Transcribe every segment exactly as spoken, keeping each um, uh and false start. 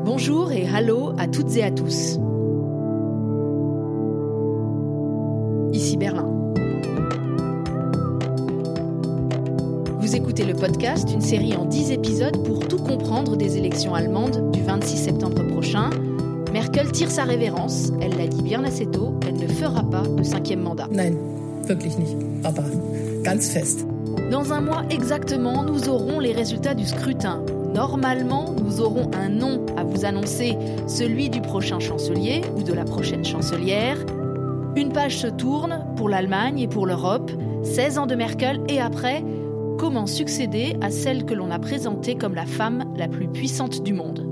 Bonjour et hallo à toutes et à tous. Ici Berlin. Vous écoutez le podcast, une série en dix épisodes pour tout comprendre des élections allemandes du vingt-six septembre prochain. Merkel tire sa révérence, elle l'a dit bien assez tôt, elle ne fera pas de cinquième mandat. Nein, wirklich nicht, aber ganz fest. Dans un mois exactement, nous aurons les résultats du scrutin. Normalement, nous aurons un nom à vous annoncer, celui du prochain chancelier ou de la prochaine chancelière. Une page se tourne pour l'Allemagne et pour l'Europe, seize ans de Merkel et après, comment succéder à celle que l'on a présentée comme la femme la plus puissante du monde.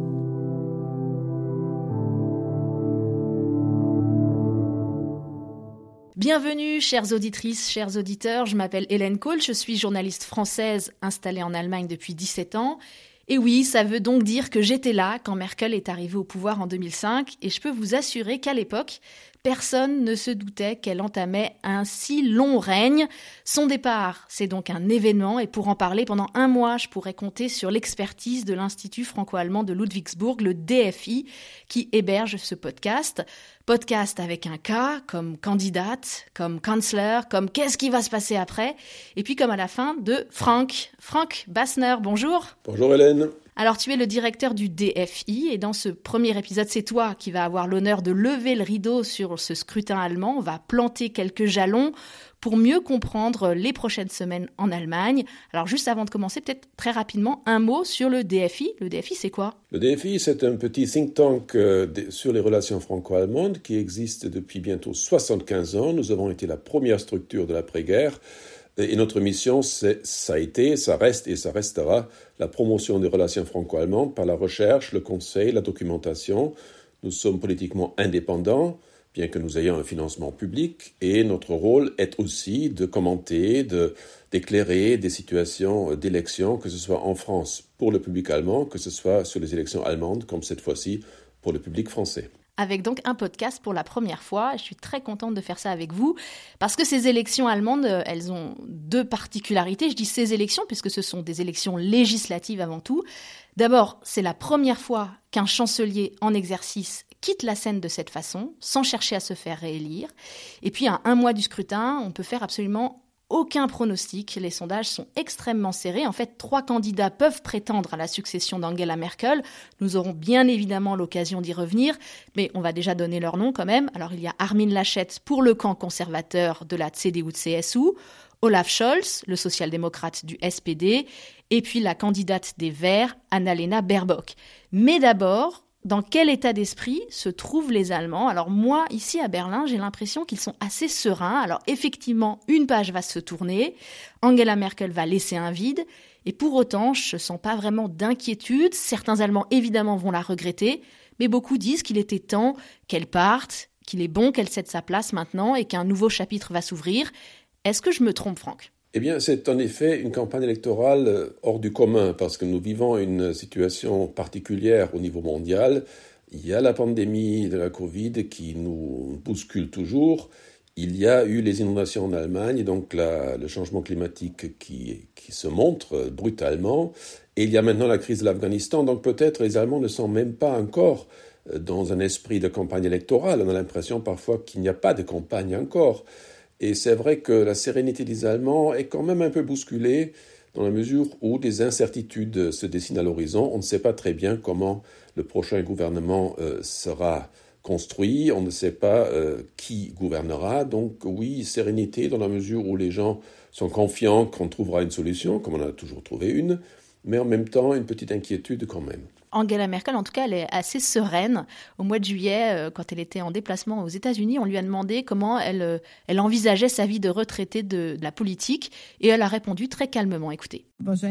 Bienvenue, chères auditrices, chers auditeurs, je m'appelle Hélène Kohl, je suis journaliste française installée en Allemagne depuis dix-sept ans. Et oui, ça veut donc dire que j'étais là quand Merkel est arrivée au pouvoir en deux mille cinq et je peux vous assurer qu'à l'époque, personne ne se doutait qu'elle entamait un si long règne. Son départ, c'est donc un événement et pour en parler pendant un mois, je pourrais compter sur l'expertise de l'Institut franco-allemand de Ludwigsburg, le D F I, qui héberge ce podcast. Podcast avec un K, comme candidate, comme Kanzler, comme qu'est-ce qui va se passer après, et puis comme à la fin de Frank. Frank Bassner, bonjour. Bonjour Hélène. Alors tu es le directeur du D F I et dans ce premier épisode, c'est toi qui vas avoir l'honneur de lever le rideau sur ce scrutin allemand. On va planter quelques jalons pour mieux comprendre les prochaines semaines en Allemagne. Alors juste avant de commencer, peut-être très rapidement, un mot sur le D F I. Le D F I, c'est quoi ? Le D F I, c'est un petit think tank euh, sur les relations franco-allemandes qui existe depuis bientôt soixante-quinze ans. Nous avons été la première structure de l'après-guerre. Et notre mission, c'est, ça a été, ça reste et ça restera la promotion des relations franco-allemandes par la recherche, le conseil, la documentation. Nous sommes politiquement indépendants, bien que nous ayons un financement public, et notre rôle est aussi de commenter, de, d'éclairer des situations d'élections, que ce soit en France pour le public allemand, que ce soit sur les élections allemandes, comme cette fois-ci pour le public français. Avec donc un podcast pour la première fois. Je suis très contente de faire ça avec vous parce que ces élections allemandes, elles ont deux particularités. Je dis ces élections puisque ce sont des élections législatives avant tout. D'abord, c'est la première fois qu'un chancelier en exercice quitte la scène de cette façon, sans chercher à se faire réélire. Et puis, à un mois du scrutin, on peut faire absolument aucun pronostic, les sondages sont extrêmement serrés. En fait, trois candidats peuvent prétendre à la succession d'Angela Merkel. Nous aurons bien évidemment l'occasion d'y revenir, mais on va déjà donner leur nom quand même. Alors, il y a Armin Laschet pour le camp conservateur de la C D U C S U, Olaf Scholz, le social-démocrate du S P D, et puis la candidate des Verts, Annalena Baerbock. Mais d'abord, dans quel état d'esprit se trouvent les Allemands ? Alors moi, ici à Berlin, j'ai l'impression qu'ils sont assez sereins. Alors effectivement, une page va se tourner, Angela Merkel va laisser un vide, et pour autant, je ne sens pas vraiment d'inquiétude. Certains Allemands, évidemment, vont la regretter, mais beaucoup disent qu'il était temps qu'elle parte, qu'il est bon qu'elle cède sa place maintenant et qu'un nouveau chapitre va s'ouvrir. Est-ce que je me trompe, Franck ? Eh bien, c'est en effet une campagne électorale hors du commun parce que nous vivons une situation particulière au niveau mondial. Il y a la pandémie de la Covid qui nous bouscule toujours. Il y a eu les inondations en Allemagne, donc la, le changement climatique qui, qui se montre brutalement. Et il y a maintenant la crise de l'Afghanistan, donc peut-être les Allemands ne sont même pas encore dans un esprit de campagne électorale. On a l'impression parfois qu'il n'y a pas de campagne encore. Et c'est vrai que la sérénité des Allemands est quand même un peu bousculée dans la mesure où des incertitudes se dessinent à l'horizon. On ne sait pas très bien comment le prochain gouvernement euh, sera construit. On ne sait pas euh, qui gouvernera. Donc oui, sérénité dans la mesure où les gens sont confiants qu'on trouvera une solution, comme on a toujours trouvé une, mais en même temps une petite inquiétude quand même. Angela Merkel, en tout cas, elle est assez sereine. Au mois de juillet, quand elle était en déplacement aux États-Unis, on lui a demandé comment elle, elle envisageait sa vie de retraitée de, de la politique. Et elle a répondu très calmement. Écoutez.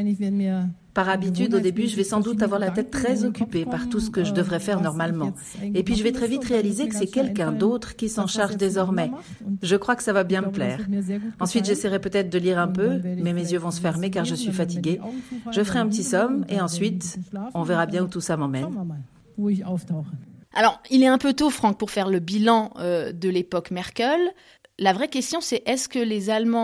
Par habitude, au début, je vais sans doute avoir la tête très occupée par tout ce que je devrais faire normalement. Et puis, je vais très vite réaliser que c'est quelqu'un d'autre qui s'en charge désormais. Je crois que ça va bien me plaire. Ensuite, j'essaierai peut-être de lire un peu, mais mes yeux vont se fermer car je suis fatiguée. Je ferai un petit somme et ensuite, on verra bien où tout ça m'emmène. Alors, il est un peu tôt, Franck, pour faire le bilan euh, de l'époque Merkel. La vraie question, c'est est-ce que les Allemands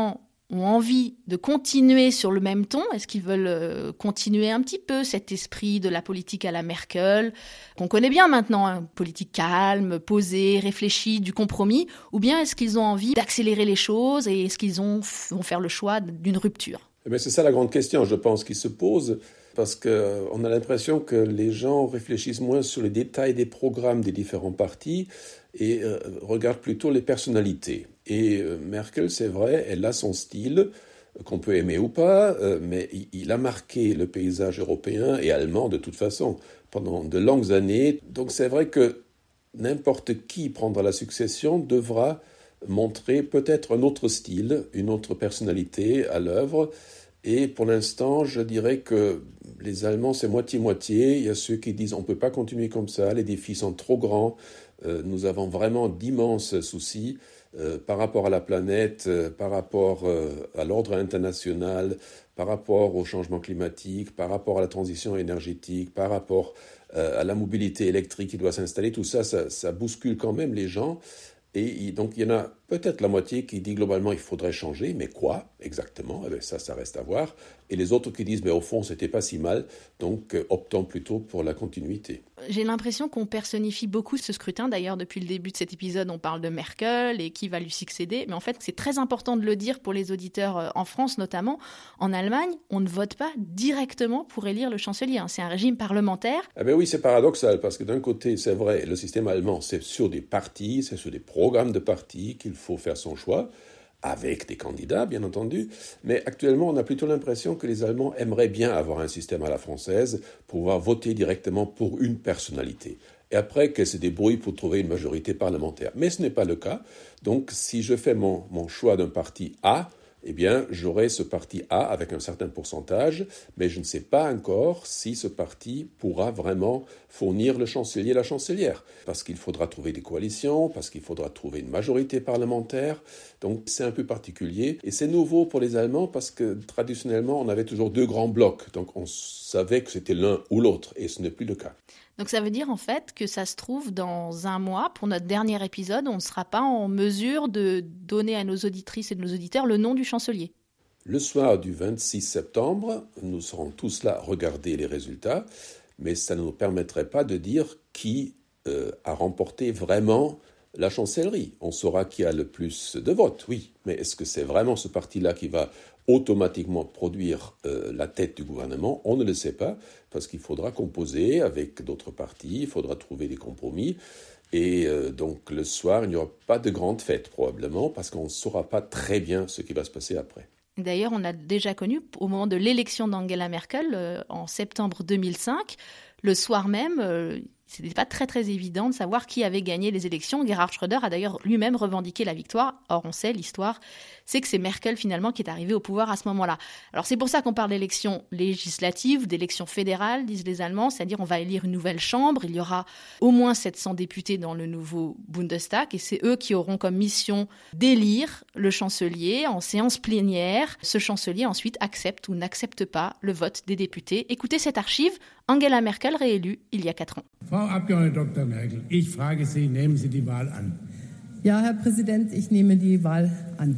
ont envie de continuer sur le même ton? Est-ce qu'ils veulent euh, continuer un petit peu cet esprit de la politique à la Merkel, qu'on connaît bien maintenant, hein, politique calme, posée, réfléchie, du compromis? Ou bien est-ce qu'ils ont envie d'accélérer les choses et est-ce qu'ils ont, vont faire le choix d'une rupture? Eh bien, c'est ça la grande question, je pense, qui se pose, parce qu'on a l'impression que les gens réfléchissent moins sur les détails des programmes des différents partis et euh, regardent plutôt les personnalités. Et euh, Merkel, c'est vrai, elle a son style, qu'on peut aimer ou pas, euh, mais il, il a marqué le paysage européen et allemand de toute façon pendant de longues années. Donc c'est vrai que n'importe qui prendra la succession devra montrer peut-être un autre style, une autre personnalité à l'œuvre. Et pour l'instant, je dirais que les Allemands, c'est moitié-moitié. Il y a ceux qui disent on ne peut pas continuer comme ça, les défis sont trop grands, euh, nous avons vraiment d'immenses soucis euh, par rapport à la planète, euh, par rapport euh, à l'ordre international, par rapport au changement climatique, par rapport à la transition énergétique, par rapport euh, à la mobilité électrique qui doit s'installer. Tout ça, ça, ça bouscule quand même les gens. Et donc, il y en a peut-être la moitié qui dit globalement il faudrait changer, mais quoi exactement? Eh bien, ça, ça reste à voir. Et les autres qui disent mais au fond, c'était pas si mal, donc euh, optons plutôt pour la continuité. J'ai l'impression qu'on personnifie beaucoup ce scrutin. D'ailleurs, depuis le début de cet épisode, on parle de Merkel et qui va lui succéder. Mais en fait, c'est très important de le dire pour les auditeurs en France notamment. En Allemagne, on ne vote pas directement pour élire le chancelier. C'est un régime parlementaire. Eh bien oui, c'est paradoxal parce que d'un côté, c'est vrai, le système allemand, c'est sur des partis, c'est sur des programmes de partis qu'il faut faire son choix, avec des candidats, bien entendu. Mais actuellement, on a plutôt l'impression que les Allemands aimeraient bien avoir un système à la française, pouvoir voter directement pour une personnalité. Et après, qu'elle se débrouille pour trouver une majorité parlementaire. Mais ce n'est pas le cas. Donc, si je fais mon, mon choix d'un parti A, eh bien, j'aurai ce parti A avec un certain pourcentage, mais je ne sais pas encore si ce parti pourra vraiment fournir le chancelier et la chancelière, parce qu'il faudra trouver des coalitions, parce qu'il faudra trouver une majorité parlementaire. Donc, c'est un peu particulier. Et c'est nouveau pour les Allemands parce que, traditionnellement, on avait toujours deux grands blocs. Donc, on savait que c'était l'un ou l'autre, et ce n'est plus le cas. Donc ça veut dire en fait que ça se trouve dans un mois, pour notre dernier épisode, on ne sera pas en mesure de donner à nos auditrices et de nos auditeurs le nom du chancelier. Le soir du vingt-six septembre, nous serons tous là à regarder les résultats, mais ça ne nous permettrait pas de dire qui euh, a remporté vraiment la chancellerie. On saura qui a le plus de votes, oui, mais est-ce que c'est vraiment ce parti-là qui va automatiquement produire euh, la tête du gouvernement? On ne le sait pas, parce qu'il faudra composer avec d'autres partis, il faudra trouver des compromis, et euh, donc le soir, il n'y aura pas de grande fête probablement, parce qu'on ne saura pas très bien ce qui va se passer après. D'ailleurs, on a déjà connu, au moment de l'élection d'Angela Merkel, euh, en septembre deux mille cinq, le soir même, euh, ce n'était pas très très évident de savoir qui avait gagné les élections. Gerhard Schröder a d'ailleurs lui-même revendiqué la victoire. Or, on sait, l'histoire, c'est que c'est Merkel finalement qui est arrivée au pouvoir à ce moment-là. Alors c'est pour ça qu'on parle d'élections législatives, d'élections fédérales, disent les Allemands, c'est-à-dire on va élire une nouvelle chambre, il y aura au moins sept cents députés dans le nouveau Bundestag, et c'est eux qui auront comme mission d'élire le chancelier en séance plénière. Ce chancelier ensuite accepte ou n'accepte pas le vote des députés. Écoutez cette archive, Angela Merkel réélue il y a quatre ans. Frau Abgeordnete Doktor Merkel, ich frage Sie, nehmen Sie die Wahl an? Ja, Herr Präsident, ich nehme die Wahl an.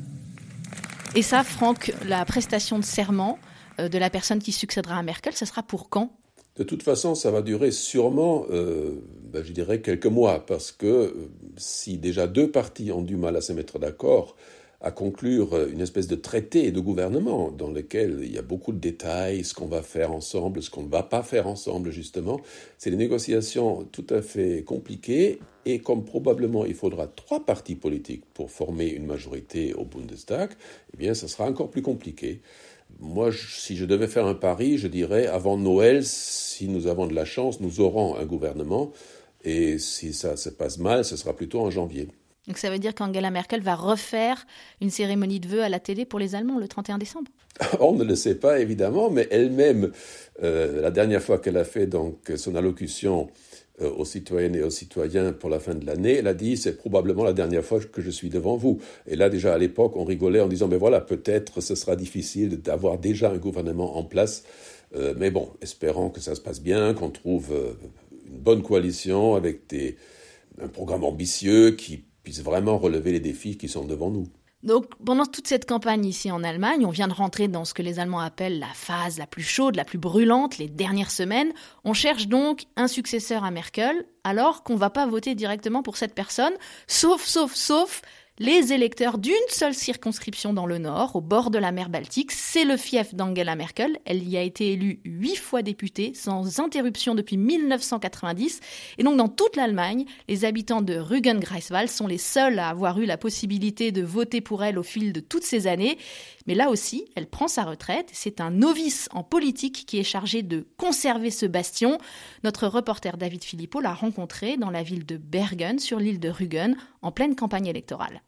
Et ça, Franck, la prestation de serment de la personne qui succédera à Merkel, ça sera pour quand? De toute façon, ça va durer sûrement, euh, ben, je dirais, quelques mois, parce que euh, si déjà deux partis ont du mal à se mettre d'accord, à conclure une espèce de traité de gouvernement dans lequel il y a beaucoup de détails, ce qu'on va faire ensemble, ce qu'on ne va pas faire ensemble, justement. C'est des négociations tout à fait compliquées et comme probablement il faudra trois partis politiques pour former une majorité au Bundestag, eh bien, ça sera encore plus compliqué. Moi, si je devais faire un pari, je dirais avant Noël, si nous avons de la chance, nous aurons un gouvernement et si ça se passe mal, ce sera plutôt en janvier. Donc ça veut dire qu'Angela Merkel va refaire une cérémonie de vœux à la télé pour les Allemands le trente et un décembre? On ne le sait pas évidemment, mais elle-même, euh, la dernière fois qu'elle a fait donc son allocution euh, aux citoyennes et aux citoyens pour la fin de l'année, elle a dit c'est probablement la dernière fois que je suis devant vous. Et là déjà à l'époque, on rigolait en disant mais voilà, peut-être ce sera difficile d'avoir déjà un gouvernement en place. Euh, mais bon, espérons que ça se passe bien, qu'on trouve euh, une bonne coalition avec des, un programme ambitieux qui puisse vraiment relever les défis qui sont devant nous. Donc, pendant toute cette campagne ici en Allemagne, on vient de rentrer dans ce que les Allemands appellent la phase la plus chaude, la plus brûlante, les dernières semaines. On cherche donc un successeur à Merkel, alors qu'on ne va pas voter directement pour cette personne, sauf, sauf, sauf les électeurs d'une seule circonscription dans le nord, au bord de la mer Baltique. C'est le fief d'Angela Merkel. Elle y a été élue huit fois députée, sans interruption depuis mille neuf cent quatre-vingt-dix. Et donc, dans toute l'Allemagne, les habitants de Rügen-Greifswald sont les seuls à avoir eu la possibilité de voter pour elle au fil de toutes ces années. Mais là aussi, elle prend sa retraite. C'est un novice en politique qui est chargé de conserver ce bastion. Notre reporter David Philippot l'a rencontré dans la ville de Bergen, sur l'île de Rügen, en pleine campagne électorale.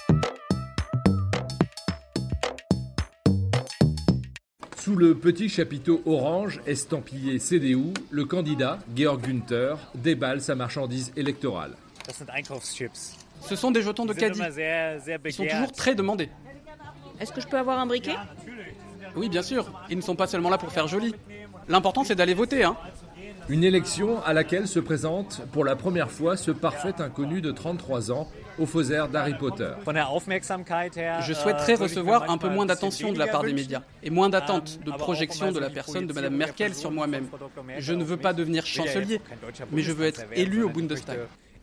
Sous le petit chapiteau orange estampillé C D U, le candidat, Georg Günther, déballe sa marchandise électorale. Ce sont des jetons de caddie. Ils sont toujours très demandés. Est-ce que je peux avoir un briquet ? Oui, bien sûr. Ils ne sont pas seulement là pour faire joli. L'important, c'est d'aller voter, hein. Une élection à laquelle se présente pour la première fois ce parfait inconnu de trente-trois ans, au faux air d'Harry Potter. Je souhaiterais recevoir un peu moins d'attention de la part des médias et moins d'attente de projection de la personne de Madame Merkel sur moi-même. Je ne veux pas devenir chancelier, mais je veux être élu au Bundestag.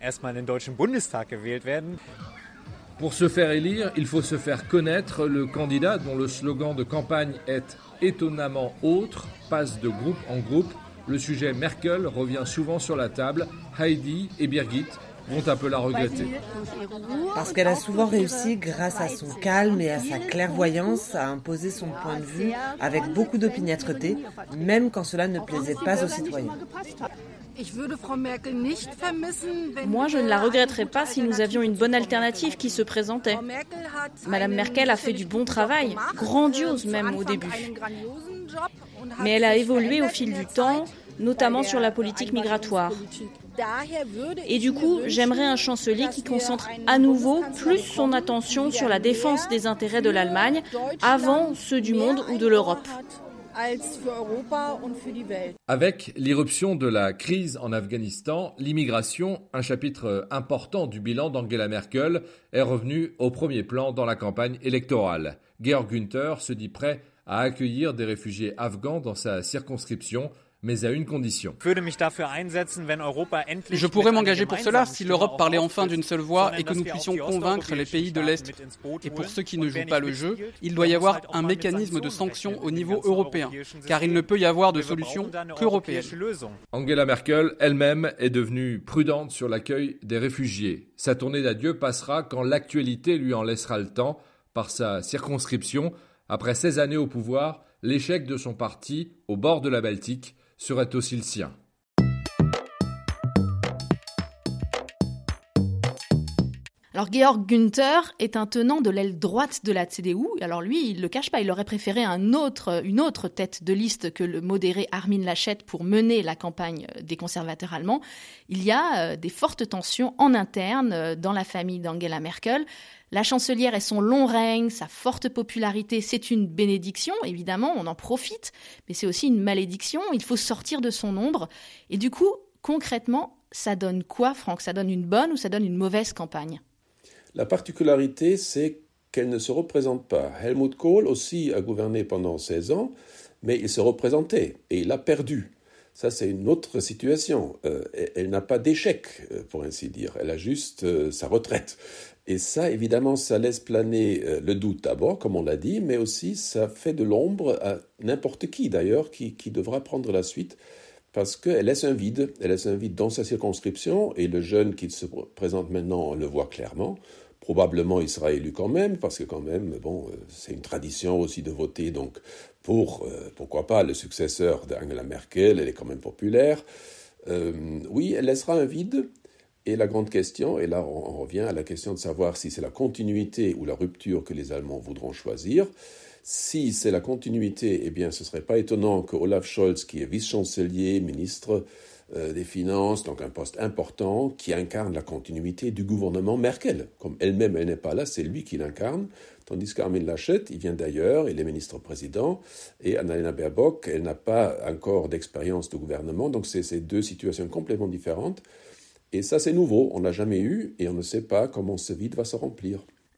Pour se faire élire, il faut se faire connaître. Le candidat, dont le slogan de campagne est « étonnamment autre », passe de groupe en groupe. Le sujet Merkel revient souvent sur la table. Heidi et Birgit vont un peu la regretter. Parce qu'elle a souvent réussi, grâce à son calme et à sa clairvoyance, à imposer son point de vue avec beaucoup d'opiniâtreté, même quand cela ne plaisait pas aux citoyens. Moi, je ne la regretterais pas si nous avions une bonne alternative qui se présentait. Madame Merkel a fait du bon travail, grandiose même au début. Mais elle a évolué au fil du temps, notamment sur la politique migratoire. Et du coup, j'aimerais un chancelier qui concentre à nouveau plus son attention sur la défense des intérêts de l'Allemagne avant ceux du monde ou de l'Europe. Avec l'irruption de la crise en Afghanistan, l'immigration, un chapitre important du bilan d'Angela Merkel, est revenu au premier plan dans la campagne électorale. Georg Günther se dit prêt à accueillir des réfugiés afghans dans sa circonscription, mais à une condition. Je pourrais m'engager pour cela si l'Europe parlait enfin d'une seule voix et que nous puissions convaincre les pays de l'Est. Et pour ceux qui ne jouent pas le jeu, il doit y avoir un mécanisme de sanction au niveau européen, car il ne peut y avoir de solution qu'européenne. Angela Merkel elle-même est devenue prudente sur l'accueil des réfugiés. Sa tournée d'adieu passera quand l'actualité lui en laissera le temps, par sa circonscription. Après seize années au pouvoir, l'échec de son parti, au bord de la Baltique, serait aussi le sien. Alors Georg Günther est un tenant de l'aile droite de la C D U. Alors lui, il ne le cache pas, il aurait préféré un autre, une autre tête de liste que le modéré Armin Laschet pour mener la campagne des conservateurs allemands. Il y a des fortes tensions en interne dans la famille d'Angela Merkel. La chancelière et son long règne, sa forte popularité, c'est une bénédiction, évidemment, on en profite, mais c'est aussi une malédiction, il faut sortir de son ombre. Et du coup, concrètement, ça donne quoi, Franck ? Ça donne une bonne ou ça donne une mauvaise campagne ? La particularité, c'est qu'elle ne se représente pas. Helmut Kohl aussi a gouverné pendant seize ans, mais il se représentait et il a perdu. Ça, c'est une autre situation. Euh, elle n'a pas d'échec, pour ainsi dire. Elle a juste euh, sa retraite. Et ça, évidemment, ça laisse planer euh, le doute d'abord, comme on l'a dit, mais aussi ça fait de l'ombre à n'importe qui, d'ailleurs, qui, qui devra prendre la suite, parce qu'elle laisse un vide. Elle laisse un vide dans sa circonscription, et le jeune qui se présente maintenant le voit clairement. Probablement, il sera élu quand même, parce que quand même, bon, c'est une tradition aussi de voter, donc pour, euh, pourquoi pas, le successeur d'Angela Merkel, elle est quand même populaire. Euh, oui, elle laissera un vide, et la grande question, et là on, on revient à la question de savoir si c'est la continuité ou la rupture que les Allemands voudront choisir. Si c'est la continuité, eh bien, ce ne serait pas étonnant que Olaf Scholz, qui est vice-chancelier, ministre euh, des Finances, donc un poste important, qui incarne la continuité du gouvernement Merkel. Comme elle-même, elle n'est pas là, c'est lui qui l'incarne. Tandis qu'Armin Laschet, il vient d'ailleurs, il est ministre-président, et Annalena Baerbock, elle n'a pas encore d'expérience de gouvernement, donc c'est ces deux situations complètement différentes. Et ça, c'est nouveau, on ne l'a jamais eu, et on ne sait pas comment ce vide va se remplir.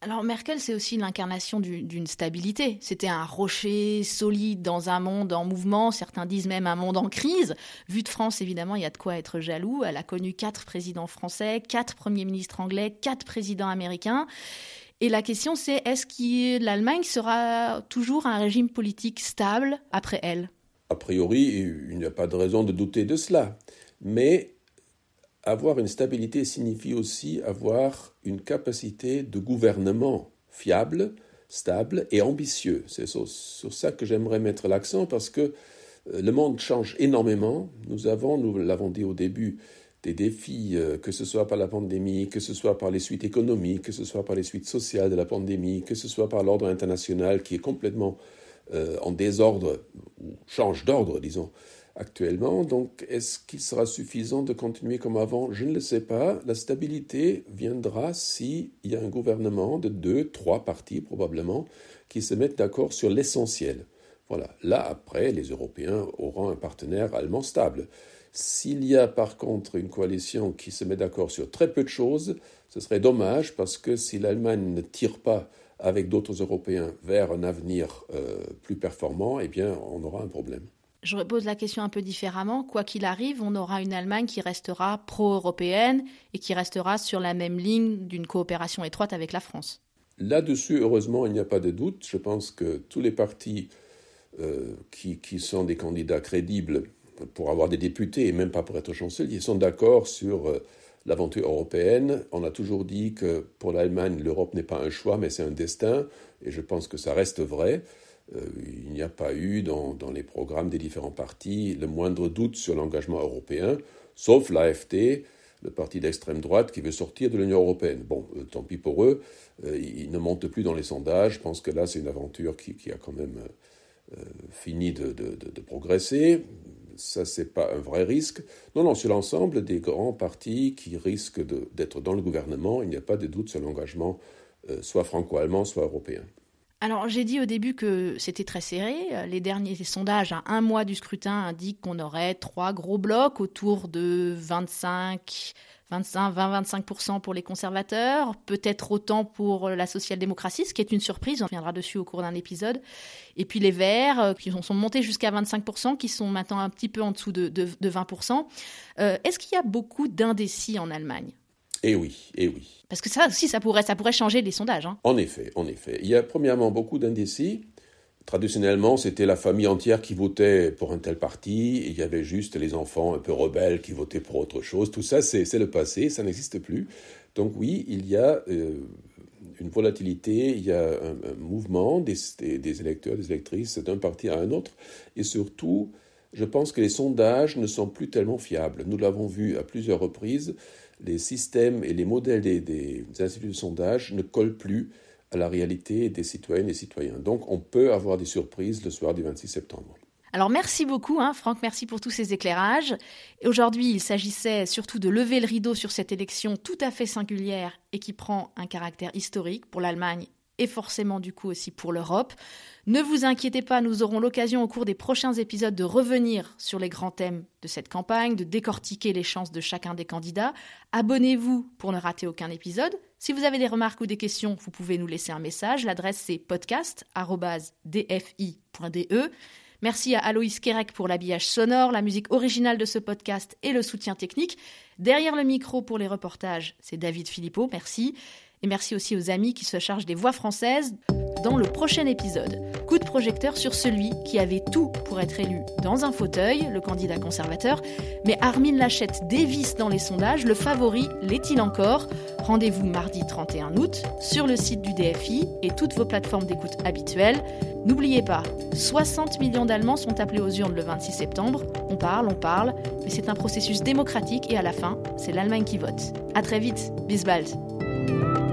Alors Merkel, c'est aussi l'incarnation du, d'une stabilité. C'était un rocher solide dans un monde en mouvement, certains disent même un monde en crise. Vu de France, évidemment, il y a de quoi être jaloux. Elle a connu quatre présidents français, quatre premiers ministres anglais, quatre présidents américains. Et la question, c'est est-ce que l'Allemagne sera toujours un régime politique stable après elle ? A priori, il n'y a pas de raison de douter de cela. Mais avoir une stabilité signifie aussi avoir une capacité de gouvernement fiable, stable et ambitieux. C'est sur, sur ça que j'aimerais mettre l'accent parce que le monde change énormément. Nous avons, nous l'avons dit au début, des défis, que ce soit par la pandémie, que ce soit par les suites économiques, que ce soit par les suites sociales de la pandémie, que ce soit par l'ordre international qui est complètement euh, en désordre, ou change d'ordre, disons, actuellement. Donc, est-ce qu'il sera suffisant de continuer comme avant ? Je ne le sais pas. La stabilité viendra s'il y a un gouvernement de deux, trois partis probablement qui se mettent d'accord sur l'essentiel. Voilà. Là, après, les Européens auront un partenaire allemand stable. S'il y a par contre une coalition qui se met d'accord sur très peu de choses, ce serait dommage parce que si l'Allemagne ne tire pas avec d'autres Européens vers un avenir euh, plus performant, eh bien, on aura un problème. Je repose la question un peu différemment. Quoi qu'il arrive, on aura une Allemagne qui restera pro-européenne et qui restera sur la même ligne d'une coopération étroite avec la France. Là-dessus, heureusement, il n'y a pas de doute. Je pense que tous les partis euh, qui, qui sont des candidats crédibles pour avoir des députés et même pas pour être chancelier sont d'accord sur euh, l'aventure européenne. On a toujours dit que pour l'Allemagne, l'Europe n'est pas un choix, mais c'est un destin. Et je pense que ça reste vrai. Euh, il n'y a pas eu dans, dans les programmes des différents partis le moindre doute sur l'engagement européen, sauf l'A F D, le parti d'extrême droite qui veut sortir de l'Union européenne. Bon, euh, tant pis pour eux, euh, ils ne montent plus dans les sondages. Je pense que là, c'est une aventure qui, qui a quand même euh, fini de, de, de, de progresser. Ça, c'est pas un vrai risque. Non, non, sur l'ensemble des grands partis qui risquent de, d'être dans le gouvernement, il n'y a pas de doute sur l'engagement euh, soit franco-allemand, soit européen. Alors, j'ai dit au début que c'était très serré. Les derniers sondages à un mois du scrutin indiquent qu'on aurait trois gros blocs autour de vingt-cinq, vingt-cinq, vingt, vingt-cinq pour cent pour les conservateurs, peut-être autant pour la social-démocratie, ce qui est une surprise. On reviendra dessus au cours d'un épisode. Et puis les Verts, qui sont montés jusqu'à vingt-cinq pour cent, qui sont maintenant un petit peu en dessous de, de, de vingt pour cent. Euh, est-ce qu'il y a beaucoup d'indécis en Allemagne ? Eh oui, eh oui. Parce que ça aussi, ça pourrait, ça pourrait changer les sondages. Hein. En effet, en effet. Il y a premièrement beaucoup d'indécis. Traditionnellement, c'était la famille entière qui votait pour un tel parti. Et il y avait juste les enfants un peu rebelles qui votaient pour autre chose. Tout ça, c'est, c'est le passé, ça n'existe plus. Donc oui, il y a euh, une volatilité, il y a un, un mouvement des, des, des électeurs, des électrices d'un parti à un autre. Et surtout, je pense que les sondages ne sont plus tellement fiables. Nous l'avons vu à plusieurs reprises. Les systèmes et les modèles des, des instituts de sondage ne collent plus à la réalité des citoyennes et citoyens. Donc, on peut avoir des surprises le soir du vingt-six septembre. Alors, merci beaucoup, hein, Franck, merci pour tous ces éclairages. Et aujourd'hui, il s'agissait surtout de lever le rideau sur cette élection tout à fait singulière et qui prend un caractère historique pour l'Allemagne et forcément du coup aussi pour l'Europe. Ne vous inquiétez pas, nous aurons l'occasion au cours des prochains épisodes de revenir sur les grands thèmes de cette campagne, de décortiquer les chances de chacun des candidats. Abonnez-vous pour ne rater aucun épisode. Si vous avez des remarques ou des questions, vous pouvez nous laisser un message. L'adresse c'est podcast arobase d f i point d e. Merci à Aloïs Kerek pour l'habillage sonore, la musique originale de ce podcast et le soutien technique. Derrière le micro pour les reportages, c'est David Philippot, merci. Et merci aussi aux amis qui se chargent des voix françaises dans le prochain épisode. Coup de projecteur sur celui qui avait tout pour être élu dans un fauteuil, le candidat conservateur. Mais Armin Laschet dévisse dans les sondages, le favori l'est-il encore ? Rendez-vous mardi trente et un août sur le site du D F I et toutes vos plateformes d'écoute habituelles. N'oubliez pas, soixante millions d'Allemands sont appelés aux urnes le vingt-six septembre. On parle, on parle, mais c'est un processus démocratique et à la fin, c'est l'Allemagne qui vote. À très vite, bis bald.